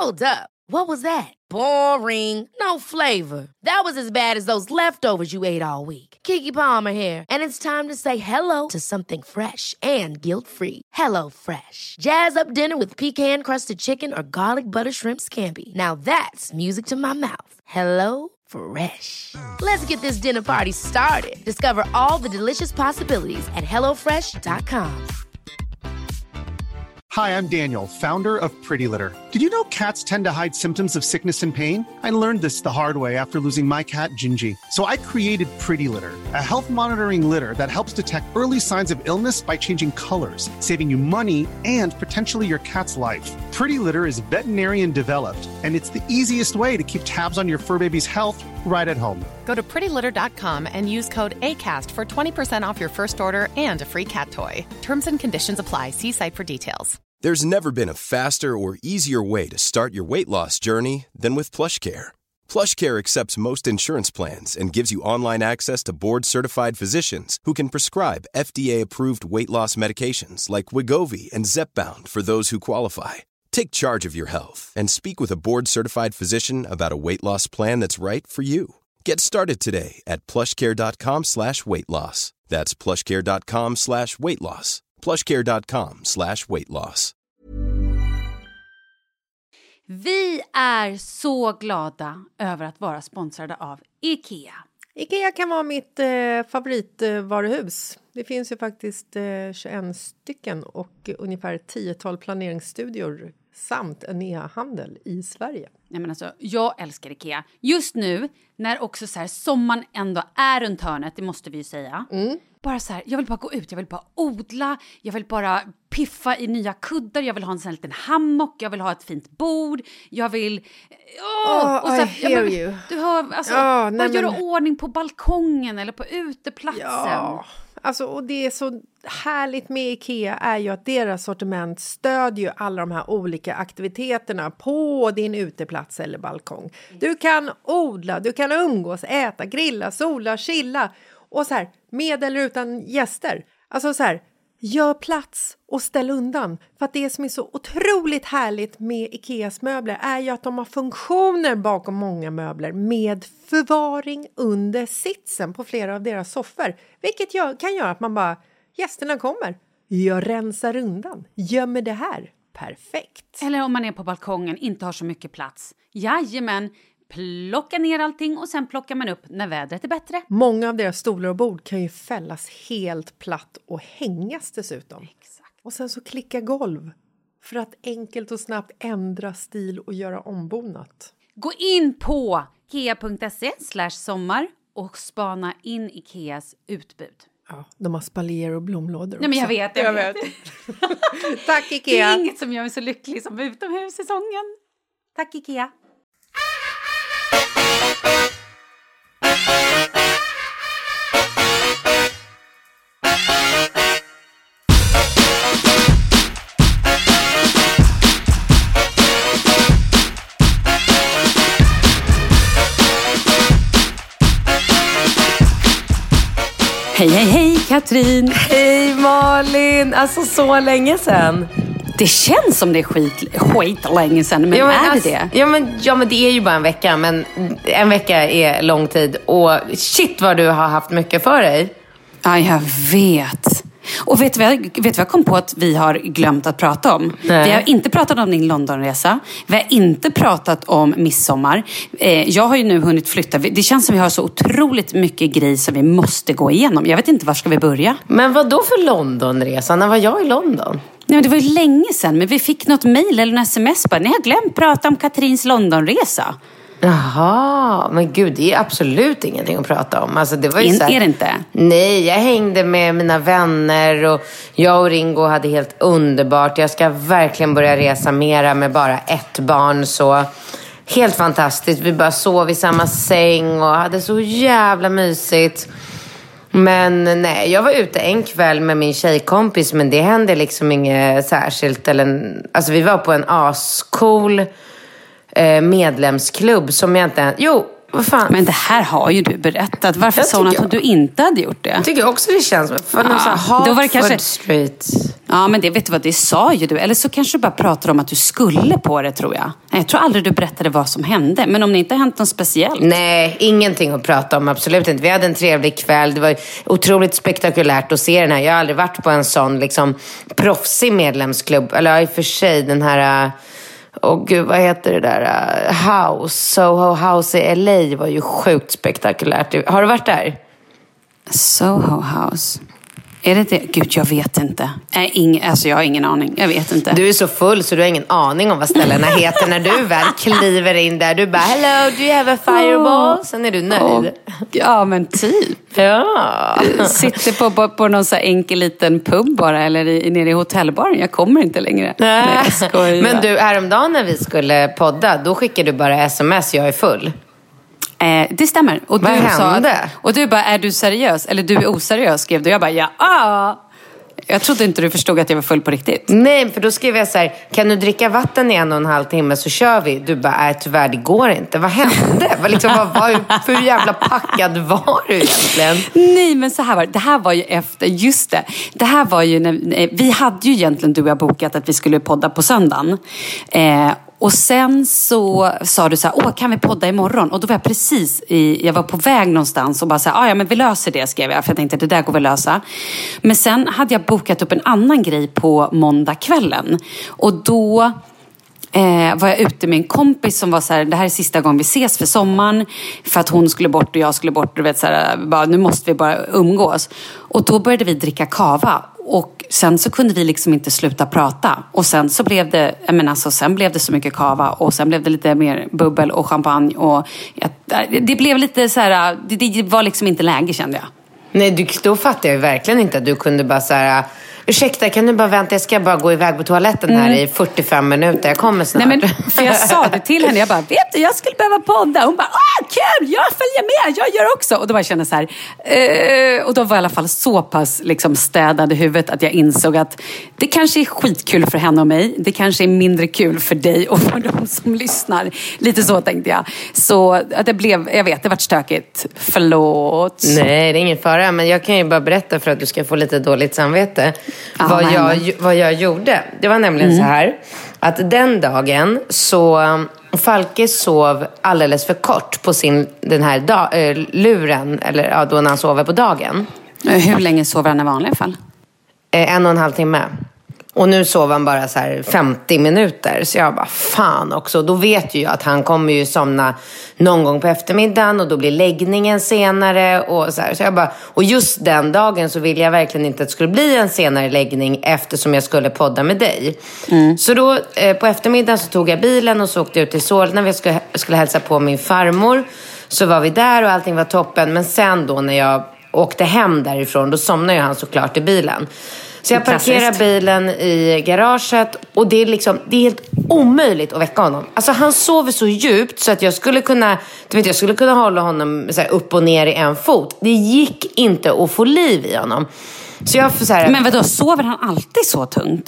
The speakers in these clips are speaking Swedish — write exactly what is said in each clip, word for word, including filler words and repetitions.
Hold up. What was that? Boring. No flavor. That was as bad as those leftovers you ate all week. Keke Palmer here, and it's time to say hello to something fresh and guilt-free. Hello Fresh. Jazz up dinner with pecan-crusted chicken or garlic butter shrimp scampi. Now that's music to my mouth. Hello Fresh. Let's get this dinner party started. Discover all the delicious possibilities at hello fresh dot com. Hi, I'm Daniel, founder of Pretty Litter. Did you know cats tend to hide symptoms of sickness and pain? I learned this the hard way after losing my cat, Gingy. So I created Pretty Litter, a health monitoring litter that helps detect early signs of illness by changing colors, saving you money and potentially your cat's life. Pretty Litter is veterinarian developed, and it's the easiest way to keep tabs on your fur baby's health right at home. Go to pretty litter dot com and use code ACAST for twenty percent off your first order and a free cat toy. Terms and conditions apply. See site for details. There's never been a faster or easier way to start your weight loss journey than with PlushCare. PlushCare accepts most insurance plans and gives you online access to board-certified physicians who can prescribe F D A-approved weight loss medications like Wegovy and Zepbound for those who qualify. Take charge of your health and speak with a board-certified physician about a weight loss plan that's right for you. Get started today at plushcare.com slash weight loss. That's plushcare.com slash weight loss. plushcare.com slash weight loss. Vi är så glada över att vara sponsrade av IKEA. IKEA kan vara mitt eh, favoritvaruhus. Det finns ju faktiskt eh, tjugoett stycken och ungefär tiotal planeringsstudior samt en e-handel i Sverige. Nej, men alltså, jag älskar IKEA. Just nu, när också så här, sommaren ändå är runt hörnet, det måste vi ju säga. Mm. Bara så här, jag vill bara gå ut, jag vill bara odla, jag vill bara piffa i nya kuddar, jag vill ha en sån här liten hammock, jag vill ha ett fint bord, jag vill... Åh, oh, och så här, I hear jag, you. Du hör, alltså, oh, bara göra men... ordning på balkongen eller på uteplatsen. Ja, alltså, och det är så härligt med IKEA är ju att deras sortiment stödjer alla de här olika aktiviteterna på din uteplats eller balkong. Du kan odla, du kan umgås, äta, grilla, sola, chilla och så här, med eller utan gäster. Alltså så här, gör plats och ställ undan. För att det som är så otroligt härligt med IKEAs möbler är ju att de har funktioner bakom många möbler med förvaring under sitsen på flera av deras soffor. Vilket gör, kan göra att man bara, gästerna kommer, jag rensar undan, gömmer det här. Perfekt. Eller om man är på balkongen, inte har så mycket plats. Jajamän. Plocka ner allting och sen plockar man upp när vädret är bättre. Många av deras stolar och bord kan ju fällas helt platt och hängas dessutom. Exakt. Och sen så klicka golv för att enkelt och snabbt ändra stil och göra ombonat. Gå in på ikea.se slash sommar och spana in Ikeas utbud. Ja, de har spaljer och blomlådor också. Nej, men jag vet, jag, jag vet. vet. Tack Ikea. Det är inget som gör mig så lycklig som utomhussäsongen. Tack Ikea. Hej, hej, hej Katrin. Hej Malin. Alltså så länge sedan. Det känns som det är skit, skit länge sedan, men, ja, men är alltså, det det? Ja men, ja men det är ju bara en vecka, men en vecka är lång tid. Och shit vad du har haft mycket för dig. Ja, jag vet. Och vet du vad, vet vad jag kom på att vi har glömt att prata om? Nej. Vi har inte pratat om din Londonresa. Vi har inte pratat om midsommar. Eh, jag har ju nu hunnit flytta. Det känns som vi har så otroligt mycket grejer som vi måste gå igenom. Jag vet inte, var ska vi börja? Men vad då för Londonresan? När var jag i London? Nej, men det var ju länge sedan. Men vi fick något mejl eller en sms bara. Ni har glömt prata om Katrins Londonresa. Jaha, men gud, det är absolut ingenting att prata om. Alltså, det var ju In, så här, är det inte? Nej, jag hängde med mina vänner och jag och Ringo hade helt underbart. Jag ska verkligen börja resa mera med bara ett barn, så helt fantastiskt. Vi bara sov i samma säng och hade så jävla mysigt. Men nej, jag var ute en kväll med min tjejkompis, men det hände liksom inget särskilt. Eller, alltså vi var på en ascool medlemsklubb som jag inte... Jo, Vad fan? Men det här har ju du berättat. Varför sa hon att jag... du inte hade gjort det? Jag tycker också det känns som för någon sån här Hartford kanske... Street. Ja, men det vet du vad, det sa ju du. Eller så kanske du bara pratar om att du skulle på det, tror jag. Jag tror aldrig du berättade vad som hände. Men om det inte har hänt något speciellt. Nej, ingenting att prata om, absolut inte. Vi hade en trevlig kväll. Det var otroligt spektakulärt att se den här. Jag har aldrig varit på en sån liksom proffsig medlemsklubb. Eller i och för sig den här... Och gud, vad heter det där? House, Soho House i L A var ju sjukt spektakulärt. Har du varit där? Soho House. Är det det? Gud, jag vet inte. Äh, ing, alltså jag har ingen aning. Jag vet inte. Du är så full så du har ingen aning om vad ställena heter när du väl kliver in där. Du bara, hello, do you have a fireball? Oh. Sen är du nöjd. Oh. Ja, men typ. Ja. Sitter på, på, på någon så enkel liten pub bara. Eller i, nere i hotellbaren. Jag kommer inte längre. Nej, jag skojar. Men du, häromdagen när vi skulle podda, då skickade du bara sms, jag är full. Eh, det stämmer. Och Vad du hände? Sa, och du bara, är du seriös? Eller du är oseriös, skrev du. Jag bara, ja. Ah. Jag trodde inte du förstod att jag var full på riktigt. Nej, för då skrev jag så här, kan du dricka vatten i en och en halv timme så kör vi. Du bara, äh, tyvärr, det går inte. Vad hände? Vad liksom, vad, vad, hur jävla packad var du egentligen? Nej, men så här var det. Det här var ju efter, just det. Det här var ju när, vi hade ju egentligen, du och jag, bokat att vi skulle podda på söndagen. Eh, Och sen så sa du så här, åh, kan vi podda imorgon? Och då var jag precis i, jag var på väg någonstans och bara så här, ja men vi löser det, skrev jag. För jag tänkte, det där går vi lösa. Men sen hade jag bokat upp en annan grej på måndagskvällen. Och då eh, var jag ute med en kompis som var så här, det här är sista gången vi ses för sommaren. För att hon skulle bort och jag skulle bort. Du vet, så här, bara, nu måste vi bara umgås. Och då började vi dricka kava. Och sen så kunde vi liksom inte sluta prata. Och sen så blev det, jag menar, alltså, sen blev det så mycket kava. Och sen blev det lite mer bubbel och champagne. Och ja, det blev lite så här, det, det var liksom inte läge, kände jag. Nej, du, då fattar jag ju verkligen inte att du kunde bara så här, ursäkta, kan du bara vänta, jag ska bara gå iväg på toaletten här mm. i fyrtiofem minuter, jag kommer snart. Nej, men, för jag sa det till henne, jag bara, vet du, jag skulle behöva podda. Hon bara, ah, kul, jag följer med, jag gör också. Och då var jag kände så här, eh, och då var jag i alla fall så pass liksom städad i huvudet att jag insåg att det kanske är skitkul för henne och mig. Det kanske är mindre kul för dig och för de som lyssnar. Lite så tänkte jag. Så att det blev, jag vet, det var stökigt. Förlåt. Nej, det är ingen fara, men jag kan ju bara berätta för att du ska få lite dåligt samvete. Ah, vad, jag, vad jag gjorde. Det var nämligen mm. så här att den dagen så Falke sov alldeles för kort på sin den här da, äh, luren, eller ja, då när han sover på dagen. Hur länge sover han i vanliga fall? Eh, en och en halv timme. Och nu sov han bara så här femtio minuter. Så jag bara, fan också. Då vet ju jag att han kommer ju somna någon gång på eftermiddagen. Och då blir läggningen senare. Och, så här. Så jag bara, och just den dagen så ville jag verkligen inte att det skulle bli en senare läggning. Eftersom jag skulle podda med dig. Mm. Så då eh, på eftermiddagen så tog jag bilen och så åkte jag ut till Solna. Vi skulle, skulle hälsa på min farmor. Så var vi där och allting var toppen. Men sen då när jag åkte hem därifrån, då somnade ju han såklart i bilen. Så jag parkerar bilen i garaget och det är liksom, det är helt omöjligt att väcka honom. Alltså han sover så djupt så att jag skulle kunna, du vet, jag skulle kunna hålla honom så här upp och ner i en fot. Det gick inte att få liv i honom. Så jag så här, men vadå, sover han alltid så tungt?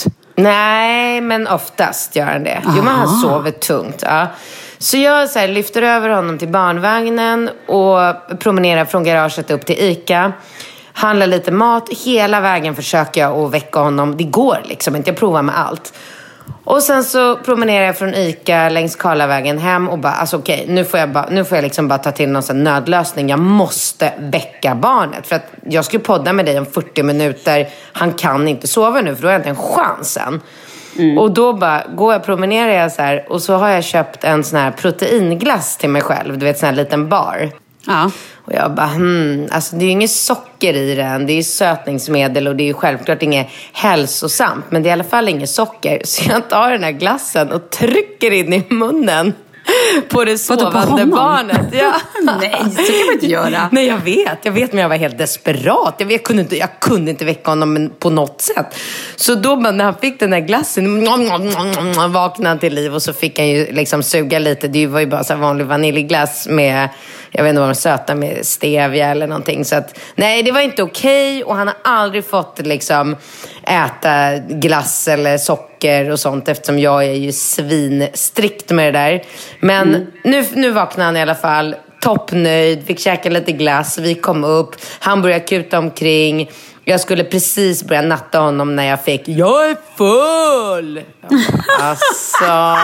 Nej, men oftast gör han det. Jo, men han sover tungt, ja. Så jag så här, lyfter över honom till barnvagnen och promenerar från garaget upp till Ica. Handlar lite mat. Hela vägen försöker jag att väcka honom. Det går liksom inte. Jag provar med allt. Och sen så promenerar jag från Ica längs Karlavägen hem. Och bara, alltså okej, okay, nu får jag, bara, nu får jag liksom bara ta till någon sån nödlösning. Jag måste väcka barnet. För att jag ska podda med dig om fyrtio minuter. Han kan inte sova nu, för då har jag inte en chans än. Mm. Och då bara går jag, promenerar jag så här. Och så har jag köpt en sån här proteinglass till mig själv. Du vet, sån här liten bar. Ja. Och jag bara, hmm, alltså det är ju inget socker i den. Det är ju sötningsmedel och det är ju självklart inget hälsosamt. Men det är i alla fall inget socker. Så jag tar den här glassen och trycker in i munnen på det sovande på barnet. Ja. Nej, så kan man inte göra. Nej, jag vet. Jag vet, men jag var helt desperat. Jag, vet, jag, kunde, inte, jag kunde inte väcka honom på något sätt. Så då när han fick den där glassen, vaknade han till liv. Och så fick han ju liksom suga lite. Det var ju bara så här vanlig vaniljglass med, jag vet inte vad de söta, med stevia eller någonting. Så att, nej, det var inte okej. Och han har aldrig fått liksom äta glass eller socker och sånt, eftersom jag är ju svinstrikt med det där. Men mm. nu, nu vaknar han i alla fall, toppnöjd, fick käka lite glass, vi kom upp, han började kuta omkring. Jag skulle precis börja natta honom när jag fick jag är full. Alltså.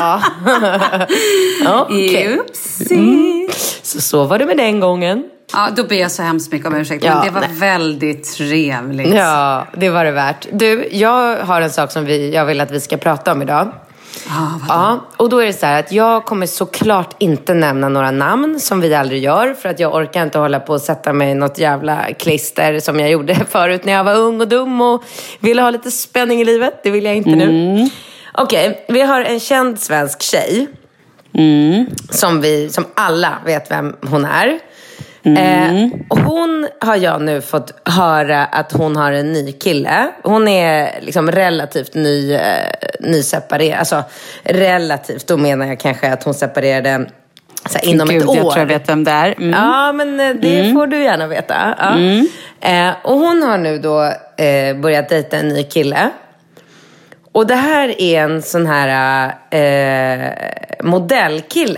Okej. Okay. Mm. Så så var det med den gången. Ja, då ber jag så hemskt mycket om ursäkt. Men ja, det var nej. väldigt trevligt. Ja, det var det värt. Du, jag har en sak som vi, jag vill att vi ska prata om idag. Ah, ja, och då är det så här att jag kommer såklart inte nämna några namn som vi aldrig gör, för att jag orkar inte hålla på och sätta mig i något jävla klister som jag gjorde förut när jag var ung och dum och ville ha lite spänning i livet. Det vill jag inte mm. nu. Okej, okay, vi har en känd svensk tjej mm. som, vi, som alla vet vem hon är. Mm. Eh, och hon har jag nu fått höra att hon har en ny kille. Hon är liksom relativt ny, eh, nyseparerad. Alltså relativt, då menar jag kanske att hon separerade så här, inom Gud, ett år. Jag tror jag vet vem det är. Mm. Ja, men det mm. får du gärna veta. Ja. Mm. Eh, och hon har nu då eh, börjat dejta en ny kille. Och det här är en sån här eh, modellkille.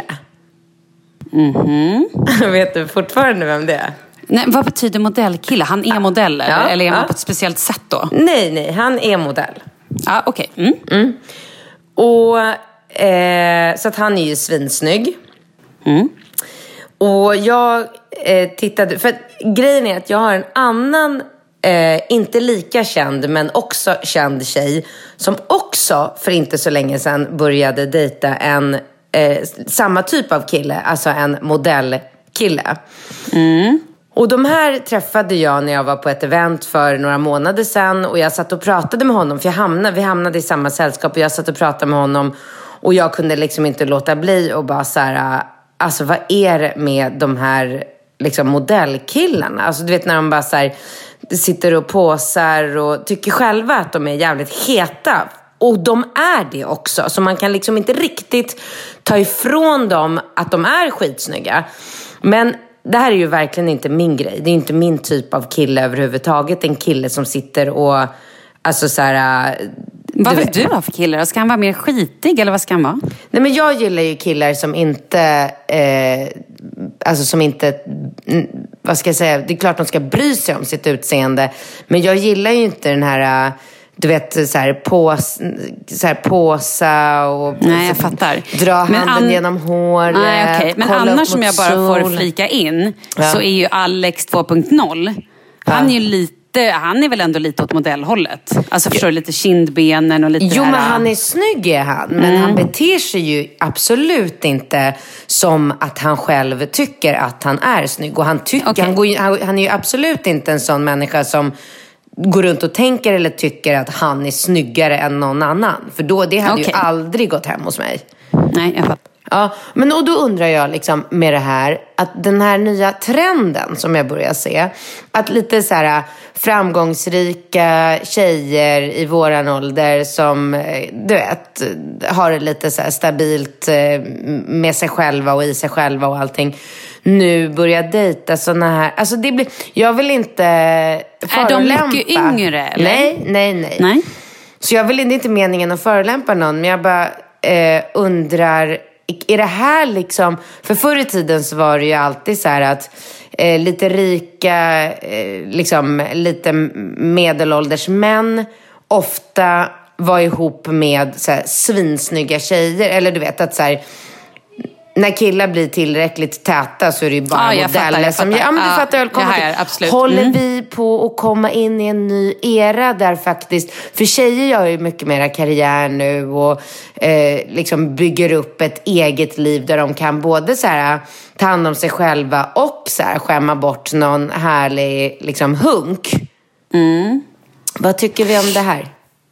Mm-hmm. Vet du fortfarande vem det är? Nej, vad betyder modellkille? Han är modell ja, eller är han ja. på ett speciellt sätt då? Nej, nej, han är modell. Ja, okej. Okay. Mm. Mm. Och eh, så att han är ju svinsnygg. Mm. Och jag eh, tittade, för att grejen är att jag har en annan eh, inte lika känd men också känd tjej som också för inte så länge sedan började dejta en Eh, samma typ av kille, alltså en modellkille. Mm. Och de här träffade jag när jag var på ett event för några månader sedan. Och jag satt och pratade med honom, för jag hamnade, vi hamnade i samma sällskap. Och jag satt och pratade med honom. Och jag kunde liksom inte låta bli och bara så här, alltså vad är det med de här liksom modellkillarna? Alltså du vet när de bara så här, sitter och påsar och tycker själva att de är jävligt heta. Och de är det också. Så man kan liksom inte riktigt ta ifrån dem att de är skitsnygga. Men det här är ju verkligen inte min grej. Det är inte min typ av kille överhuvudtaget. En kille som sitter och... Alltså så här... Vad vill du ha för killar? Ska han vara mer skitig eller vad ska han vara? Nej, men jag gillar ju killar som inte... Eh, alltså som inte... Vad ska jag säga? Det är klart de ska bry sig om sitt utseende. Men jag gillar ju inte den här... Du vet, så här, pås, så här påsa och... Nej, jag fattar. Dra handen an... genom håret. Nej, okay. Men annars som jag bara sol. får flika in ja. så är ju Alex två punkt noll. Han ja. är ju lite... Han är väl ändå lite åt modellhållet. Alltså förstår du, lite kindbenen och lite... Jo, här... men han är snygg är han. Men mm. han beter sig ju absolut inte som att han själv tycker att han är snygg. Och han, tycker, okay. han, går, han, han är ju absolut inte en sån människa som... går runt och tänker eller tycker att han är snyggare än någon annan. För då, det hade okay. ju aldrig gått hem hos mig. Nej, jag fattar. Ja, men och då undrar jag liksom med det här, att den här nya trenden som jag börjar se, att lite så här framgångsrika tjejer i våran ålder som, du vet, har det lite så här stabilt med sig själva och i sig själva och allting, nu börjar dejta såna här, alltså det blir, jag vill inte förolämpa. Är de mycket yngre eller? Nej, nej, nej. nej. Så jag vill inte, inte meningen att förolämpa någon, men jag bara eh, undrar, är det här liksom, för förr i tiden så var det ju alltid så här att eh, lite rika, eh, liksom lite medelålders män ofta var ihop med så här, svinsnygga tjejer, eller du vet att så här, när killar blir tillräckligt täta så är det ju bara ah, modeller fattar, som... Ja, men du ah, fattar, jag kommer här, absolut. Håller mm. vi på att komma in i en ny era där faktiskt... För tjejer gör ju mycket mera karriär nu och eh, liksom bygger upp ett eget liv där de kan både så här, ta hand om sig själva och så här, skämma bort någon härlig liksom, hunk. Mm. Vad tycker vi om det här?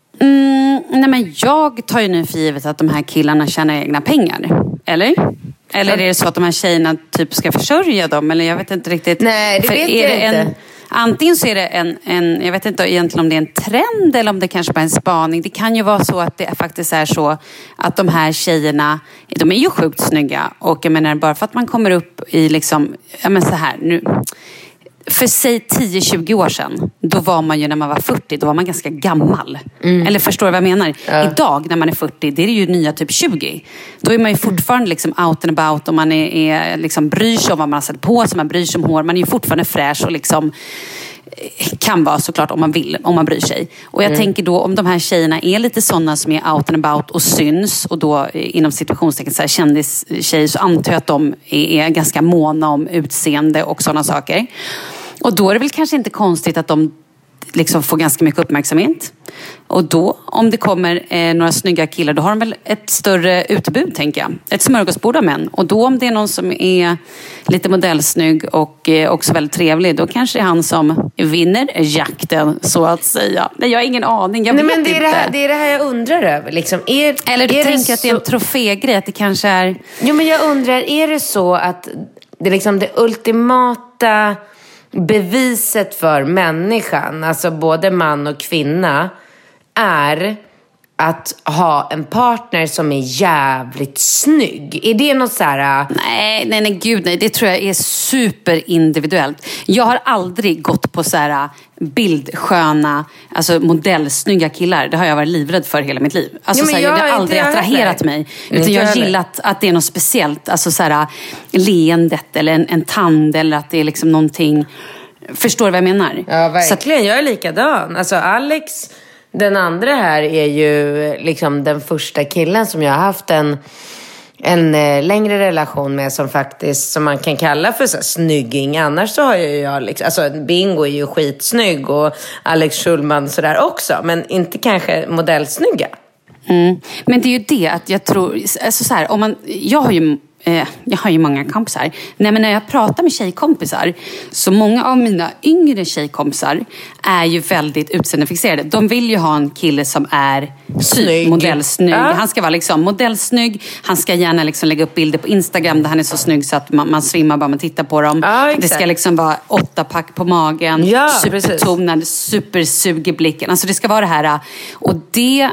Mm, nej men jag tar ju nu för givet att de här killarna tjänar egna pengar. Eller? Eller är det så att de här tjejerna typ ska försörja dem? Eller jag vet inte riktigt. Nej, det för vet är jag det inte. En, antingen så är det en, en, jag vet inte egentligen om det är en trend eller om det kanske bara är en spaning. Det kan ju vara så att det faktiskt är så att de här tjejerna, de är ju sjukt snygga. Och jag menar bara för att man kommer upp i liksom, ja men så här, nu... för sig tio tjugo år sedan, då var man ju när man var fyrtio, då var man ganska gammal. Mm. Eller förstår du vad jag menar? Ja. Idag när man är fyrtio, det är ju nya typ tjugo. Då är man ju fortfarande liksom out and about och man är, är liksom bryr sig om vad man har sett på sig, man bryr sig om hår. Man är ju fortfarande fräsch och liksom kan vara såklart om man vill, om man bryr sig. Och jag mm. tänker då om de här tjejerna är lite sådana som är out and about och syns och då inom situationstecken så här kändistjejer, så antar jag att de är ganska måna om utseende och sådana saker. Och då är det väl kanske inte konstigt att de liksom får ganska mycket uppmärksamhet. Och då, om det kommer eh, några snygga killar, då har de väl ett större utbud, tänker jag. Ett smörgåsbord av män. Och då om det är någon som är lite modellsnygg och eh, också väldigt trevlig, då kanske det är han som vinner jakten, så att säga. Nej, jag har ingen aning, jag Nej, vet men det är inte. Det, här, det är det här jag undrar över. Liksom. Är, Eller du är tänker det att det är en trofégrej, att det kanske är... Jo, men jag undrar, är det så att det är liksom det ultimata beviset för människan, alltså både man och kvinna, är att ha en partner som är jävligt snygg? Är det något så här... Nej, nej, nej, gud, nej. Det tror jag är superindividuellt. Jag har aldrig gått på så här bildsköna, alltså modellsnygga killar. Det har jag varit livrädd för hela mitt liv. Alltså, ja, så här, jag, det har aldrig attraherat heller. mig. Utan jag har gillat att det är något speciellt. Alltså så här, leendet eller en, en tand, eller att det är liksom någonting... Förstår du vad jag menar? Ja, verkligen. Så... Jag är likadan. Alltså Alex, den andra här, är ju liksom den första killen som jag har haft en, en eh, längre relation med, som faktiskt, som man kan kalla för så här, snygging. Annars så har ju jag liksom, alltså Bingo är ju skitsnygg och Alex Schulman sådär också, men inte kanske modellsnygga. Mm. Men det är ju det att jag tror, alltså så här, om man, jag har ju Eh, jag har ju många kompisar. Nej, men när jag pratar med tjejkompisar, så många av mina yngre tjejkompisar är ju väldigt utseendefixerade. De vill ju ha en kille som är typ modellsnygg. Ja. Han ska vara liksom modellsnygg. Han ska gärna liksom lägga upp bilder på Instagram där han är så snygg så att man, man svimmar bara man tittar på dem. Ja, det ska liksom vara åtta pack på magen. Ja, supertonad, supersug i blicken. Alltså det ska vara det här. Och det...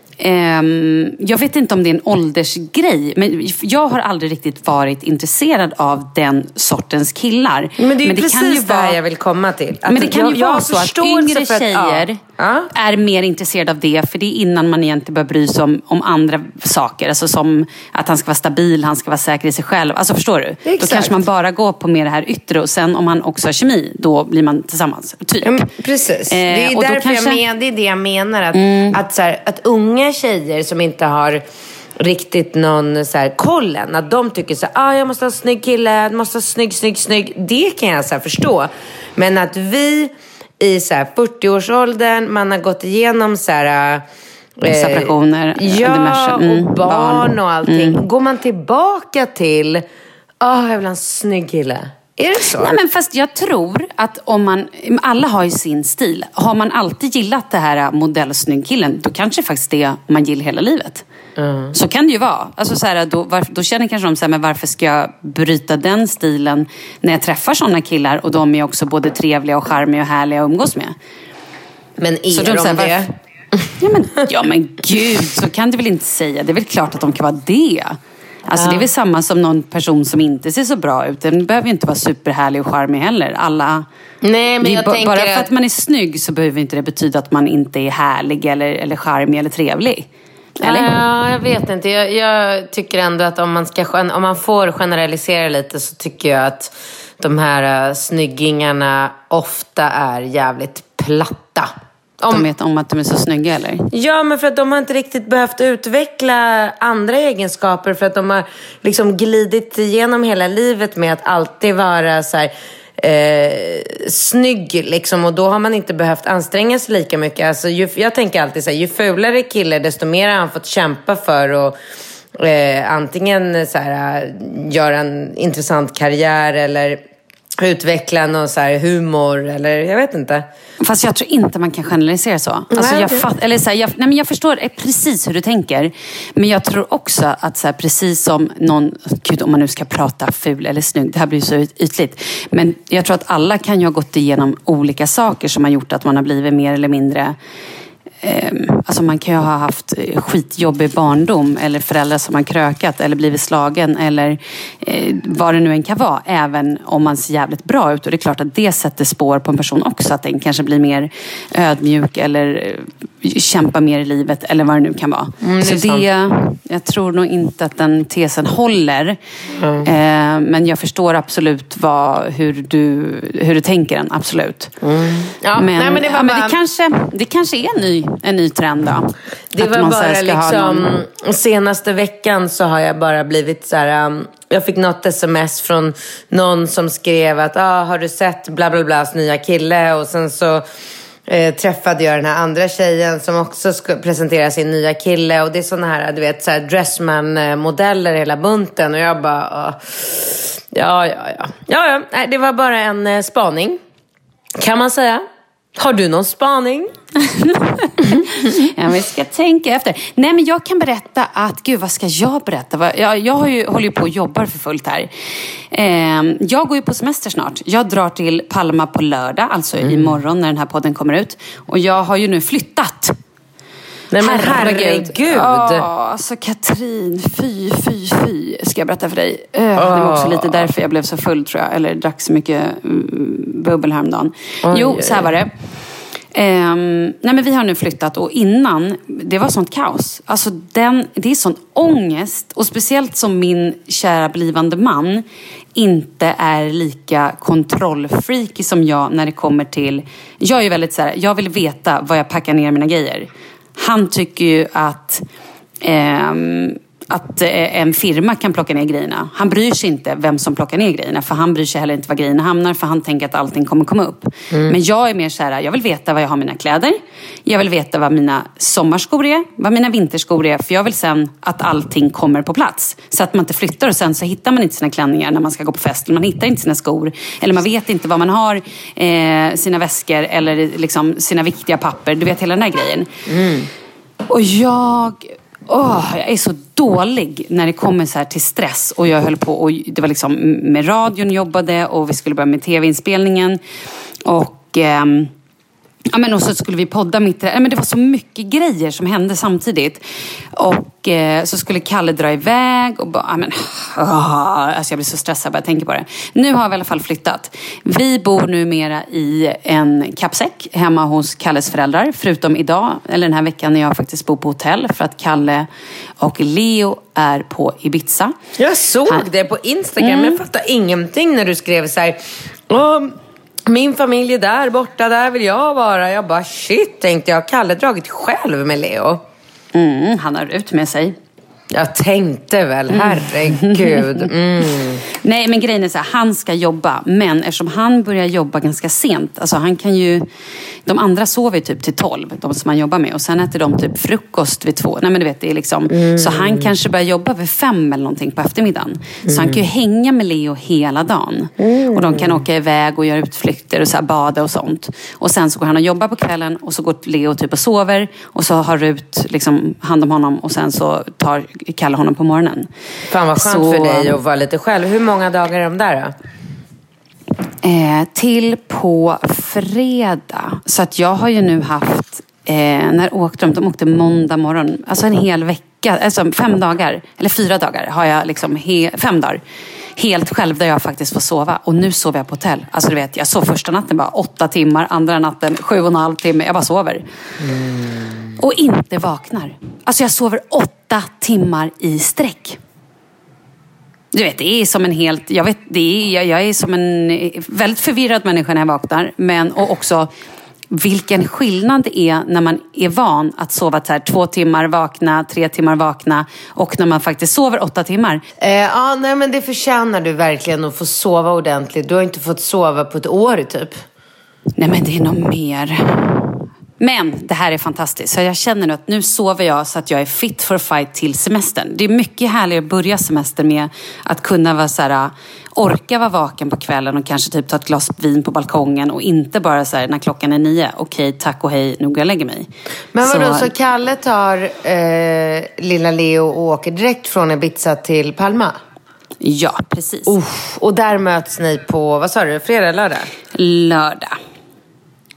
Um, jag vet inte om det är en åldersgrej, men jag har aldrig riktigt varit intresserad av den sortens killar. Men det är ju men det precis kan ju där vara... jag vill komma till. Att men det kan jag, ju vara så att yngre för att, tjejer ja. är mer intresserade av det, för det är innan man egentligen börjar bry sig om, om andra saker. Alltså som att han ska vara stabil, han ska vara säker i sig själv. Alltså förstår du? Exakt. Då kanske man bara går på mer det här yttre, och sen om man också har kemi, då blir man tillsammans. Typ. Ja, precis. Eh, det är därför kanske... jag men, det är det jag menar. Att, mm. att, så här, att unga tjejer som inte har riktigt någon så här kollen, att de tycker så här, ah, jag måste ha en snygg kille, jag måste ha snygg, snygg, snygg. Det kan jag så här förstå. Men att vi i så här fyrtio-årsåldern, man har gått igenom så här eh, separationer, ja, mm, och barn och allting. Mm. Går man tillbaka till, ah, oh, jag vill ha en snygg kille. Är det så? Nej, men fast jag tror att om man, alla har ju sin stil. Har man alltid gillat det här modellsnygg killen, då kanske faktiskt det man gillar hela livet. Mm. Så kan det ju vara. Alltså så här, då, var, då känner kanske de så här, men varför ska jag bryta den stilen när jag träffar sådana killar, och de är också både trevliga och charmiga och härliga att umgås med. Men är så de, de så här, det? Varför, ja, men, ja men gud, så kan du väl inte säga. Det är väl klart att de kan vara det. Alltså ja. Det är väl samma som någon person som inte ser så bra ut. Den behöver ju inte vara superhärlig och charmig heller. Alla... Nej, men jag b- tänker bara för att... att man är snygg så behöver inte det betyda att man inte är härlig eller, eller charmig eller trevlig. Eller? Ja, jag vet inte. Jag, jag tycker ändå att om man, ska, om man får generalisera lite, så tycker jag att de här uh, snyggingarna ofta är jävligt platta. Om, de vet om att de är så snygga, eller? Ja, men för att de har inte riktigt behövt utveckla andra egenskaper, för att de har liksom glidit igenom hela livet med att alltid vara så här eh, snygg liksom, och då har man inte behövt anstränga sig lika mycket. Alltså, ju, jag tänker alltid så här, ju fulare kille, desto mer har han fått kämpa för och eh, antingen så här, göra en intressant karriär eller utveckla någon så här humor, eller jag vet inte. Fast jag tror inte man kan generalisera så. Alltså jag, fatt, eller så här, jag, nej men jag förstår precis hur du tänker. Men jag tror också att så här, precis som någon, gud om man nu ska prata ful eller snygg, det här blir så ytligt. Men jag tror att alla kan ju ha gått igenom olika saker som har gjort att man har blivit mer eller mindre eh, alltså man kan ju ha haft skitjobbig barndom eller föräldrar som har krökat eller blivit slagen eller eh, vad det nu än kan vara, även om man ser jävligt bra ut. Och det är klart att det sätter spår på en person också, att den kanske blir mer ödmjuk eller eh, kämpar mer i livet eller vad det nu kan vara. Mm, det Så det, jag tror nog inte att den tesen håller. Mm. Eh, men jag förstår absolut vad, hur, du, hur du tänker den, absolut. Mm. Ja, men, nej, men, det, var ja, bara... men det, kanske, det kanske är en ny, en ny trend då. Det var bara liksom, någon... senaste veckan så har jag bara blivit så här, um, jag fick något sms från någon som skrev att ah, har du sett bla bla blas nya kille, och sen så eh, träffade jag den här andra tjejen som också ska presentera sin nya kille, och det är såna här, du vet, så här Dressman-modeller hela bunten, och jag bara ah, ja, ja, ja, ja, ja. Nej, det var bara en eh, spaning, kan man säga. Har du någon spaning? Ja, vi ska tänka efter. Nej, men jag kan berätta att, gud, vad ska jag berätta? Jag, jag har ju, håller ju på och jobbar för fullt här. Eh, jag går ju på semester snart. Jag drar till Palma på lördag, alltså mm. imorgon när den här podden kommer ut. Och jag har ju nu flyttat. Nej, men herregud. Ja, alltså Katrin, fy, fy, fy. Ska jag berätta för dig? Uh, oh. Det var också lite därför jag blev så full, tror jag. Eller drack så mycket mm, bubbel häromdagen. Oj, jo, så här var det. Um, nej, men vi har nu flyttat, och innan, det var sånt kaos. Alltså den, det är sån ångest. Och speciellt som min kära blivande man inte är lika kontrollfreaky som jag när det kommer till... Jag är ju väldigt så här, jag vill veta vad jag packar ner mina grejer. Han tycker ju att, eh, att en firma kan plocka ner grejerna. Han bryr sig inte vem som plockar ner grejerna. För han bryr sig heller inte var grejerna hamnar. För han tänker att allting kommer komma upp. Mm. Men jag är mer så här, jag vill veta vad jag har mina kläder. Jag vill veta vad mina sommarskor är. Vad mina vinterskor är. För jag vill sen att allting kommer på plats. Så att man inte flyttar, och sen så hittar man inte sina klänningar när man ska gå på fest. Eller man hittar inte sina skor. Eller man vet inte vad man har. Eh, sina väskor eller liksom sina viktiga papper. Du vet, hela den här grejen. Mm. Och jag... Åh, jag är så dålig när det kommer så här till stress. Och jag höll på, och det var liksom med radion jobbade, och vi skulle börja med tv-inspelningen. Och... Ehm, ja, men och så skulle vi podda mitt i det. Men det var så mycket grejer som hände samtidigt. Och eh, så skulle Kalle dra iväg. Och bara, ja, men, åh, alltså jag blir så stressad bara jag tänker på det. Nu har vi i alla fall flyttat. Vi bor numera i en kappsäck hemma hos Kalles föräldrar. Förutom idag, eller den här veckan, när jag faktiskt bor på hotell. För att Kalle och Leo är på Ibiza. Jag såg Han... det på Instagram. Mm. Men jag fattar ingenting när du skrev så här... Um... Min familj är där borta, där vill jag vara. Jag bara, shit, tänkte jag. Kalle dragit själv med Leo. Mm, han har ut med sig. Jag tänkte väl, herregud. Mm. Nej, men grejen är så här, han ska jobba. Men eftersom han börjar jobba ganska sent. Alltså han kan ju... De andra sover typ till tolv, de som han jobbar med. Och sen äter de typ frukost vid två. Nej, men du vet, det är liksom... Mm. Så han kanske börjar jobba vid fem eller någonting på eftermiddagen. Mm. Så han kan ju hänga med Leo hela dagen. Mm. Och de kan åka iväg och göra utflykter och så här bada och sånt. Och sen så går han och jobbar på kvällen. Och så går Leo typ och sover. Och så har Rut liksom hand om honom. Och sen så tar Kalle honom på morgonen. Fan vad skönt så... för dig att vara lite själv. Hur många dagar är de där då? Eh, till på fredag. Så att jag har ju nu haft... Eh, när åkte de? De åkte måndag morgon. Alltså en hel vecka. Alltså fem dagar. Eller fyra dagar har jag liksom... He, fem dagar. Helt själv där jag faktiskt får sova. Och nu sover jag på hotell. Alltså du vet, jag sov första natten bara åtta timmar. Andra natten sju och en halv timme. Jag bara sover. Mm. Och inte vaknar. Alltså jag sover åtta timmar i sträck. Du vet, det är som en helt... Jag vet, det är, jag, jag är som en väldigt förvirrad människa när jag vaknar. Men och också vilken skillnad det är när man är van att sova så här, två timmar vakna, tre timmar vakna. Och när man faktiskt sover åtta timmar. Eh, ja, nej men det förtjänar du verkligen att få sova ordentligt. Du har inte fått sova på ett år typ. Nej men det är nog mer... Men det här är fantastiskt. Så jag känner nu att nu sover jag så att jag är fit for fight till semestern. Det är mycket härligare att börja semestern med att kunna vara så här, orka vara vaken på kvällen och kanske typ ta ett glas vin på balkongen och inte bara så här när klockan är nio. Okej, tack och hej, nu går jag och lägger mig. Men vadå, så, så Kalle tar eh, lilla Leo och åker direkt från Ibiza till Palma? Ja, precis. Uh, och där möts ni på, vad sa du, fredag eller lördag? Lördag.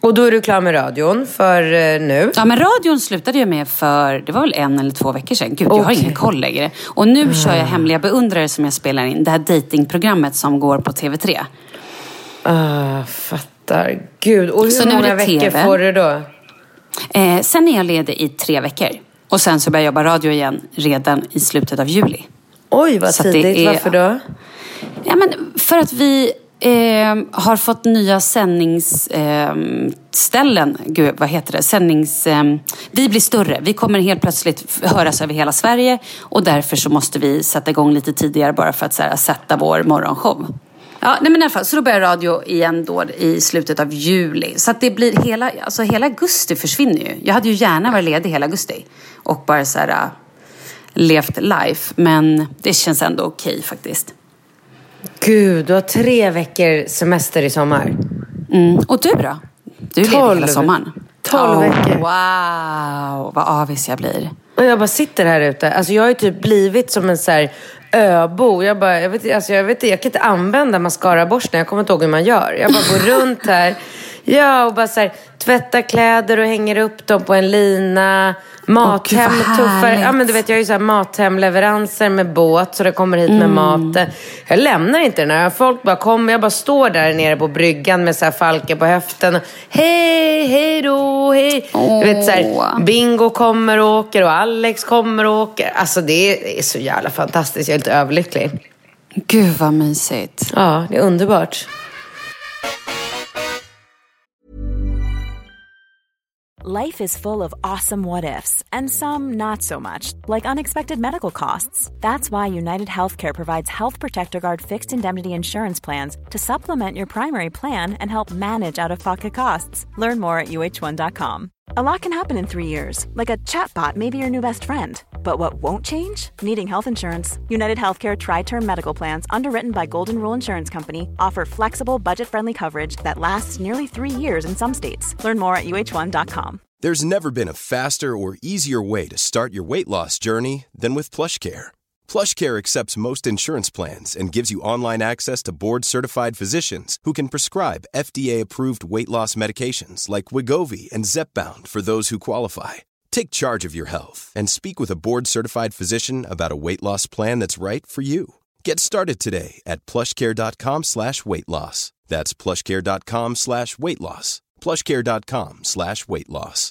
Och då är du klar med radion för uh, nu? Ja, men radion slutade jag med för, det var väl en eller två veckor sedan. Gud, okay. Jag har ingen koll längre. Och nu mm. kör jag Hemliga beundrare som jag spelar in. Det här datingprogrammet som går på T V tre. Uh, fattar. Gud, och hur så många veckor T V. Får du då? Eh, sen är jag ledig i tre veckor. Och sen så börjar jag jobba radio igen redan i slutet av juli. Oj, vad så tidigt. Är, varför då? Ja, men för att vi eh, har fått nya sändningsställen. Eh, Gud, vad heter det? Sändnings... Eh, vi blir större. Vi kommer helt plötsligt höras över hela Sverige. Och därför så måste vi sätta igång lite tidigare bara för att så här, sätta vår morgonshow. Ja, nej men i alla fall, så då börjar radio igen då i slutet av juli. Så att det blir hela, alltså hela augusti försvinner ju. Jag hade ju gärna varit ledig hela augusti. Och bara så här, uh, levt life. Men det känns ändå okej faktiskt. Gud, du har tre veckor semester i sommar. Mm. Och du då? Du är ledig hela sommaren. Tolv oh, veckor. Wow, vad avis jag blir. Och jag bara sitter här ute. Alltså jag har ju typ blivit som en så här öbo. Jag bara, jag vet, alltså jag vet jag kan inte använda mascaraborsten. Jag kommer inte ihåg hur man gör. Jag bara går runt här. Ja, och bara så här, tvätta kläder och hänger upp dem på en lina. Mathem, oh, tuffare. Ja, men du vet, jag har ju så här mathemleveranser med båt. Så det kommer hit med mm. mat. Jag lämnar inte den här. Folk bara kommer. Jag bara står där nere på bryggan med så här falker på höften. Hej, hej då, hej. Oh. Du vet så här, Bingo kommer och åker. Och Alex kommer och åker. Alltså det är så jävla fantastiskt. Jag är lite överlycklig. Gud vad mysigt. Ja, det är underbart. Life is full of awesome what-ifs, and some not so much, like unexpected medical costs. That's why United Healthcare provides Health Protector Guard fixed indemnity insurance plans to supplement your primary plan and help manage out-of-pocket costs. Learn more at U H one dot com. A lot can happen in three years, like a chatbot may be your new best friend. But what won't change? Needing health insurance. United Healthcare Tri-Term Medical Plans, underwritten by Golden Rule Insurance Company, offer flexible, budget-friendly coverage that lasts nearly three years in some states. Learn more at U H one dot com. There's never been a faster or easier way to start your weight loss journey than with PlushCare. PlushCare accepts most insurance plans and gives you online access to board-certified physicians who can prescribe F D A-approved weight loss medications like Wegovy and Zepbound for those who qualify. Take charge of your health and speak with a board-certified physician about a weight loss plan that's right for you. Get started today at plushcare.com slash weight loss. That's plushcare.com slash weight loss. plushcare.com slash weight loss.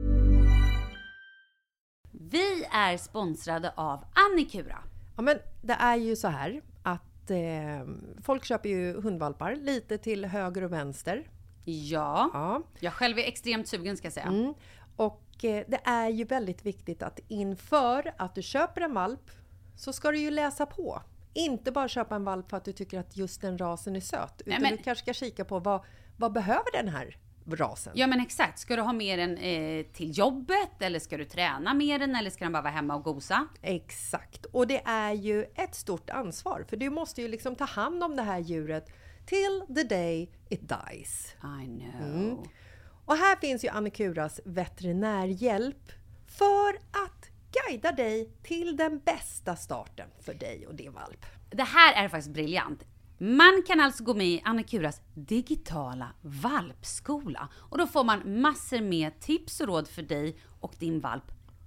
Vi är sponsrade av Annikura. Ja, men det är ju så här att eh, folk köper ju hundvalpar lite till höger och vänster. Ja, ja. Jag själv är extremt sugen ska jag säga. Mm. Och eh, det är ju väldigt viktigt att inför att du köper en valp så ska du ju läsa på. Inte bara köpa en valp för att du tycker att just den rasen är söt. Utan Nej, men... du kanske ska kika på vad, vad behöver den här rasen. Ja men exakt, ska du ha med den eh, till jobbet eller ska du träna med den eller ska den bara vara hemma och gosa? Exakt, och det är ju ett stort ansvar för du måste ju liksom ta hand om det här djuret till the day it dies. I know. Mm. Och här finns ju Annikuras veterinärhjälp för att guida dig till den bästa starten för dig och din valp. Det här är faktiskt briljant. Man kan alltså gå med i Annikuras digitala valpskola. Och då får man massor med tips och råd för dig och din valp.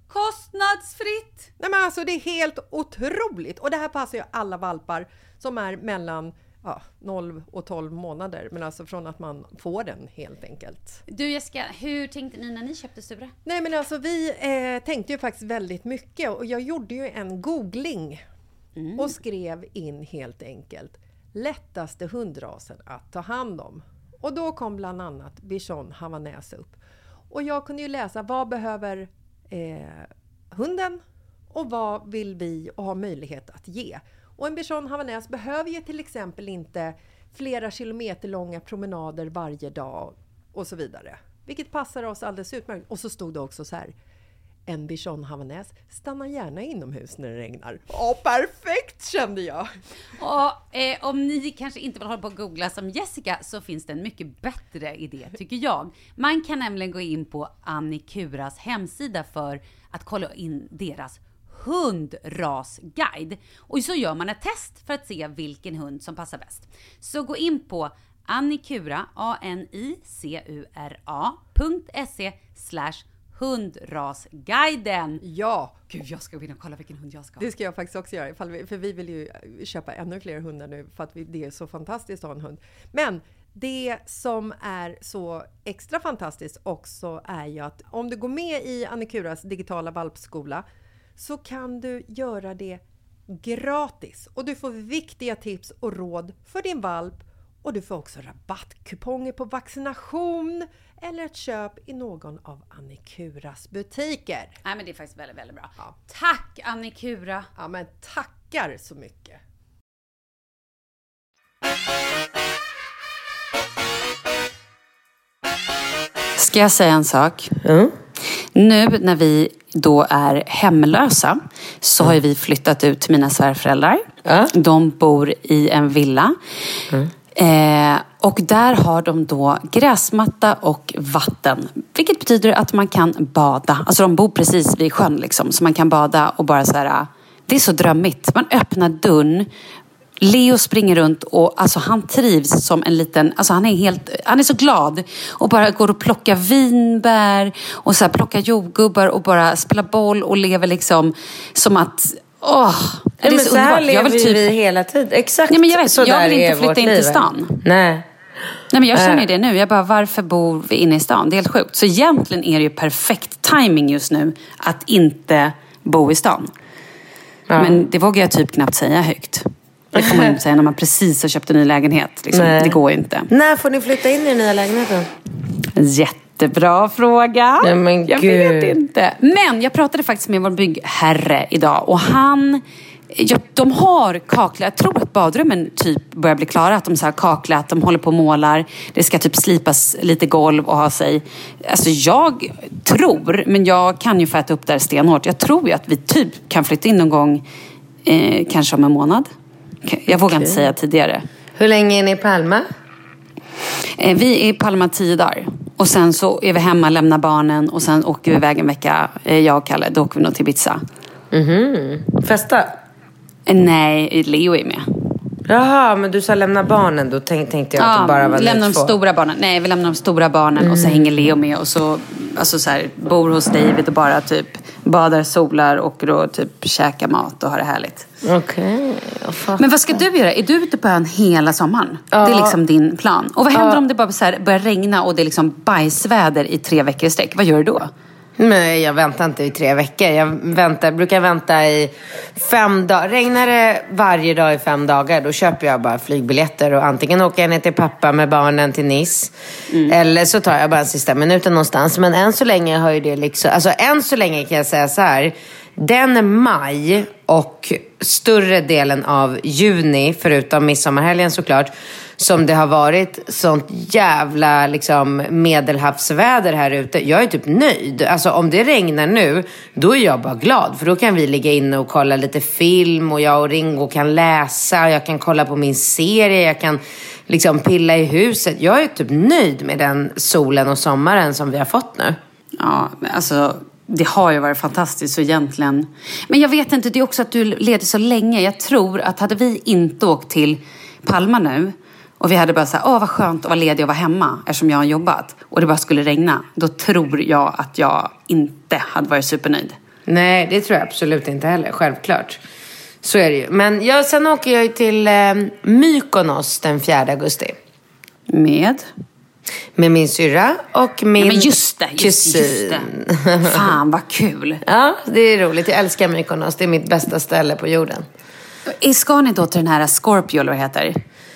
Kostnadsfritt! Nej men alltså det är helt otroligt. Och det här passar ju alla valpar som är mellan ja, noll och tolv månader. Men alltså från att man får den helt enkelt. Du Jessica, hur tänkte ni när ni köpte Sture? Nej men alltså vi eh, tänkte ju faktiskt väldigt mycket. Och jag gjorde ju en googling. Mm. Och skrev in helt enkelt lättaste hundrasen att ta hand om. Och då kom bland annat Bichon Havanäs upp. Och jag kunde ju läsa vad behöver eh, hunden och vad vill vi och ha möjlighet att ge. Och en Bichon Havanäs behöver ju till exempel inte flera kilometer långa promenader varje dag och så vidare. Vilket passar oss alldeles utmärkt. Och så stod det också så här. En Bichon Havanäs stannar gärna inomhus när det regnar. Åh, perfekt kände jag. Och eh, om ni kanske inte vill hålla på att googla som Jessica så finns det en mycket bättre idé tycker jag. Man kan nämligen gå in på Annikuras hemsida för att kolla in deras hundrasguide. Och så gör man ett test för att se vilken hund som passar bäst. Så gå in på Annikura, A-N-I-C-U-R-A punkt se slash hundrasguiden. Ja. Gud, jag ska gå in och kolla vilken hund jag ska ha. Det ska jag faktiskt också göra. Ifall vi, för vi vill ju köpa ännu fler hundar nu. För att vi, det är så fantastiskt att ha en hund. Men det som är så extra fantastiskt också är ju att om du går med i Annikuras digitala valpskola så kan du göra det gratis. Och du får viktiga tips och råd för din valp. Och du får också rabattkuponger på vaccination eller ett köp i någon av Annikuras butiker. Nej, men det är faktiskt väldigt, väldigt bra. Ja. Tack Annikura! Ja, men tackar så mycket. Ska jag säga en sak? Mm. Nu när vi då är hemlösa så har ju vi flyttat ut till mina svärföräldrar. Mm. De bor i en villa. Mm. Eh, och där har de då gräsmatta och vatten. Vilket betyder att man kan bada. Alltså de bor precis vid sjön liksom. Så man kan bada och bara så här. Det är så drömmigt. Man öppnar dörren. Leo springer runt och alltså han trivs som en liten, alltså han är helt, han är så glad och bara går och plockar vinbär och så här plockar jordgubbar och bara spelar boll och lever liksom som att åh, det är men så, så här underbart. Jag vill lever typ vi hela tiden. Exakt. Nej, men jag vet, så jag där vill är inte flytta in liv. till stan. Nej. Nej, men jag känner ju Äh. det nu. Jag bara, varför bor vi inne i stan? Det är helt sjukt. Så egentligen är det ju perfekt timing just nu att inte bo i stan. Ja. Men det vågar jag typ knappt säga högt. Det får man inte säga när man precis har köpt en ny lägenhet. Liksom. Det går ju inte. När får ni flytta in i den nya lägenheten? Jättebra fråga. Nej, men jag Gud. vet inte. Men jag pratade faktiskt med vår byggherre idag. Och han... Ja, de har kaklat. Jag tror att badrummen typ börjar bli klara. Att de så här kaklat. De håller på och målar. Det ska typ slipas lite golv och ha sig. Alltså jag tror, men jag kan ju få äta upp där stenhårt. Jag tror ju att vi typ kan flytta in någon gång. Eh, kanske om en månad. Jag vågar inte säga tidigare. Hur länge är ni i Palma? Eh, vi är i Palma tio dagar. Och sen så är vi hemma, lämnar barnen. Och sen åker vi iväg en vecka. Eh, jag och Kalle. Då åker vi nog till Ibiza. Mhm. Festa? Eh, nej, Leo är med. Jaha, men du sa lämna barnen. Då tänk, tänkte jag att Ja, det bara var lämna ni de två. stora barnen. Nej, vi lämnar de stora barnen. Mm. Och så hänger Leo med. Och så, alltså så här, bor hos David och bara typ badar, solar. Åker och typ käkar mat och har det härligt. Okej, okay, men vad ska du göra? Är du ute på ön hela sommaren? Ja. Det är liksom din plan. Och vad händer ja. om det bara så här börjar regna och det är liksom bajsväder i tre veckor i sträck? Vad gör du då? Nej, jag väntar inte i tre veckor. Jag väntar, brukar vänta i fem dagar. Regnar det varje dag i fem dagar, då köper jag bara flygbiljetter. Och antingen åker jag ner till pappa med barnen till Nice. Mm. Eller så tar jag bara en sista minuten någonstans. Men än så länge har ju det liksom... Alltså än så länge kan jag säga så här... Den maj och större delen av juni, förutom midsommarhelgen såklart, som det har varit sånt jävla liksom medelhavsväder här ute. Jag är typ nöjd. Alltså om det regnar nu, då är jag bara glad. För då kan vi ligga inne och kolla lite film och jag och Ringo kan läsa. Jag kan kolla på min serie, jag kan liksom pilla i huset. Jag är typ nöjd med den solen och sommaren som vi har fått nu. Ja, alltså... Det har ju varit fantastiskt så egentligen. Men jag vet inte, det är också att du leder så länge. Jag tror att hade vi inte åkt till Palma nu och vi hade bara sagt, åh vad skönt att vara ledig och vara hemma eftersom jag har jobbat och det bara skulle regna, då tror jag att jag inte hade varit supernöjd. Nej, det tror jag absolut inte heller, självklart. Så är det ju. Men jag, sen åker jag ju till eh, Mykonos den fjärde augusti. Med? Med min syra och min ja, men just det, just, kusin. Just det. Fan, vad kul. Ja, det är roligt. Jag älskar Mykonos. Det är mitt bästa ställe på jorden. Ska ni då till den här Scorpio, eller vad heter?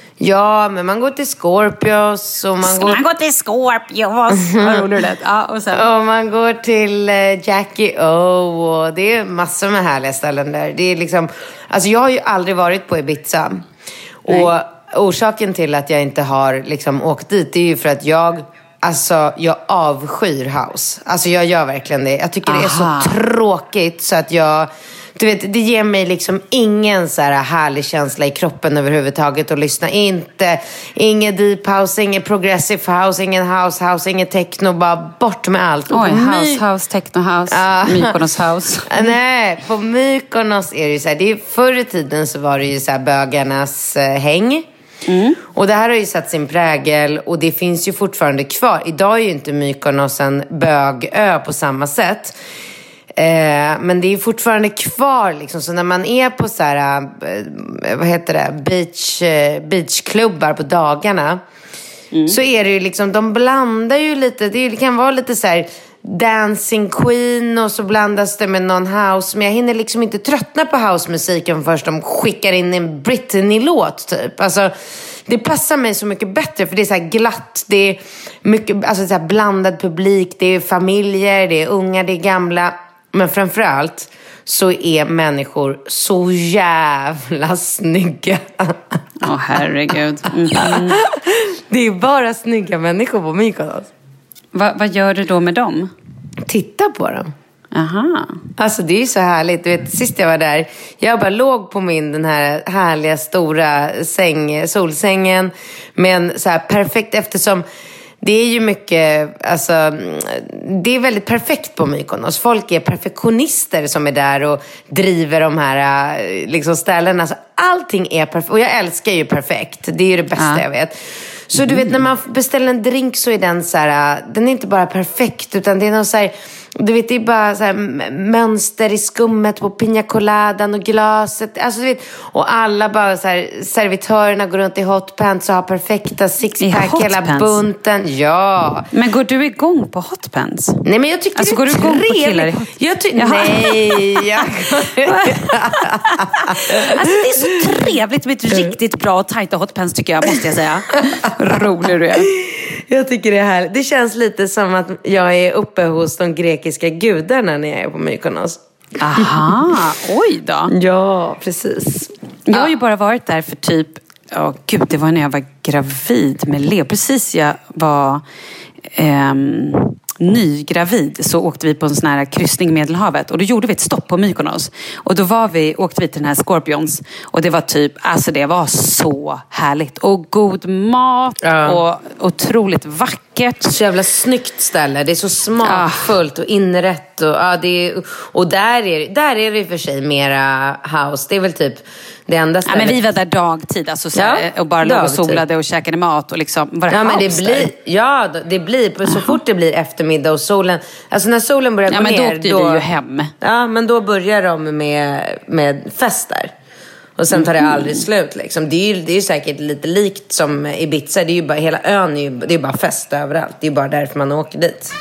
Ja, men man går till Scorpios och man går... Man går till Scorpios. Vad roligt det. Ja, och sen... Och man går till Jackie O och det är massor med härliga ställen där. Det är liksom... Alltså jag har ju aldrig varit på Ibiza. Nej. Och orsaken till att jag inte har liksom åkt dit, det är ju för att jag... Alltså, jag avskyr house. Alltså, jag gör verkligen det. Jag tycker Aha. det är så tråkigt så att jag... Du vet, det ger mig liksom ingen så här härlig känsla i kroppen överhuvudtaget att lyssna. Inte, ingen deep house, ingen progressive house, ingen house house, ingen techno. Bara bort med allt. Oj, house My... house, techno house, uh, Mykonos house. Nej, på Mykonos är det ju så här. Det är, förr i tiden så var det ju så här bögarnas eh, häng. Mm. Och det här har ju satt sin prägel och det finns ju fortfarande kvar. Idag är ju inte Mykonos en bögö på samma sätt. Eh, men det är fortfarande kvar liksom. Så när man är på så här, eh, vad heter det, beach, eh, beachklubbar på dagarna, mm. så är det ju liksom, de blandar ju lite, det kan vara lite så här Dancing Queen och så blandas det med någon house. Men jag hinner liksom inte tröttna på housemusiken först de skickar in en Britney-låt typ. Alltså det passar mig så mycket bättre för det är så här glatt, det är mycket, alltså så här blandad publik, det är familjer, det är unga, det är gamla. Men framförallt så är människor så jävla snygga. Åh, oh, herregud. Mm. Det är bara snygga människor på Mykonos. Va, vad gör du då med dem? Titta på dem. Aha. Alltså det är ju så härligt. Du vet, sist jag var där, jag bara låg på min den här härliga stora säng, solsängen. Men så här perfekt, eftersom det är ju mycket, alltså det är väldigt perfekt på Mykonos. Folk är perfektionister som är där och driver de här liksom ställena. Alltså allting är perfekt. Och jag älskar ju perfekt. Det är ju det bästa ja. jag vet. Så du vet, när man beställer en drink så är den så här, den är inte bara perfekt utan det är någon så här, du vet, det är bara så här mönster i skummet på piña coladan och glaset. Alltså du vet, och alla bara så här, servitörerna går runt i hotpants och har perfekta sixpack hela bunten. Ja. Men går du igång på hotpants? Nej, men jag tycker alltså, det går du igång på killar i hot... jag ty- Nej, jag... Alltså det är så trevligt med ett riktigt bra och tajta hotpants tycker jag, måste jag säga. Rolig du är. Jag tycker det är härligt. Det känns lite som att jag är uppe hos de grekiska gudarna när jag är på Mykonos. Aha, oj då. Ja, precis. Jag har ju bara varit där för typ, ja oh, gud, det var när jag var gravid med Leo. Precis jag var ehm, nygravid så åkte vi på en sån här kryssning i Medelhavet. Och då gjorde vi ett stopp på Mykonos. Och då var vi, åkte vi till den här Scorpions. Och det var typ, alltså det var så härligt. Och god mat ja. och otroligt vackert. Så jävla snyggt ställe. Det är så smakfullt och inrätt. Och, ja, det är, och där är, där är det i och för sig mera house. Det är väl typ det enda stället. Ja, men vi var där dagtid. Alltså, så här, ja, och bara låg och solade och käkade mat. Och liksom, var det ja, men det blir, ja, det blir så fort det blir eftermiddag och solen. Alltså när solen börjar ja, gå men ner. Då åkte då, vi ju hem. Ja, men då börjar de med, med fester. Och sen tar det aldrig slut liksom. Det är ju det är säkert lite likt som Ibiza. Det är ju bara, hela ön är ju, det är bara fest överallt. Det är ju bara därför man åker dit.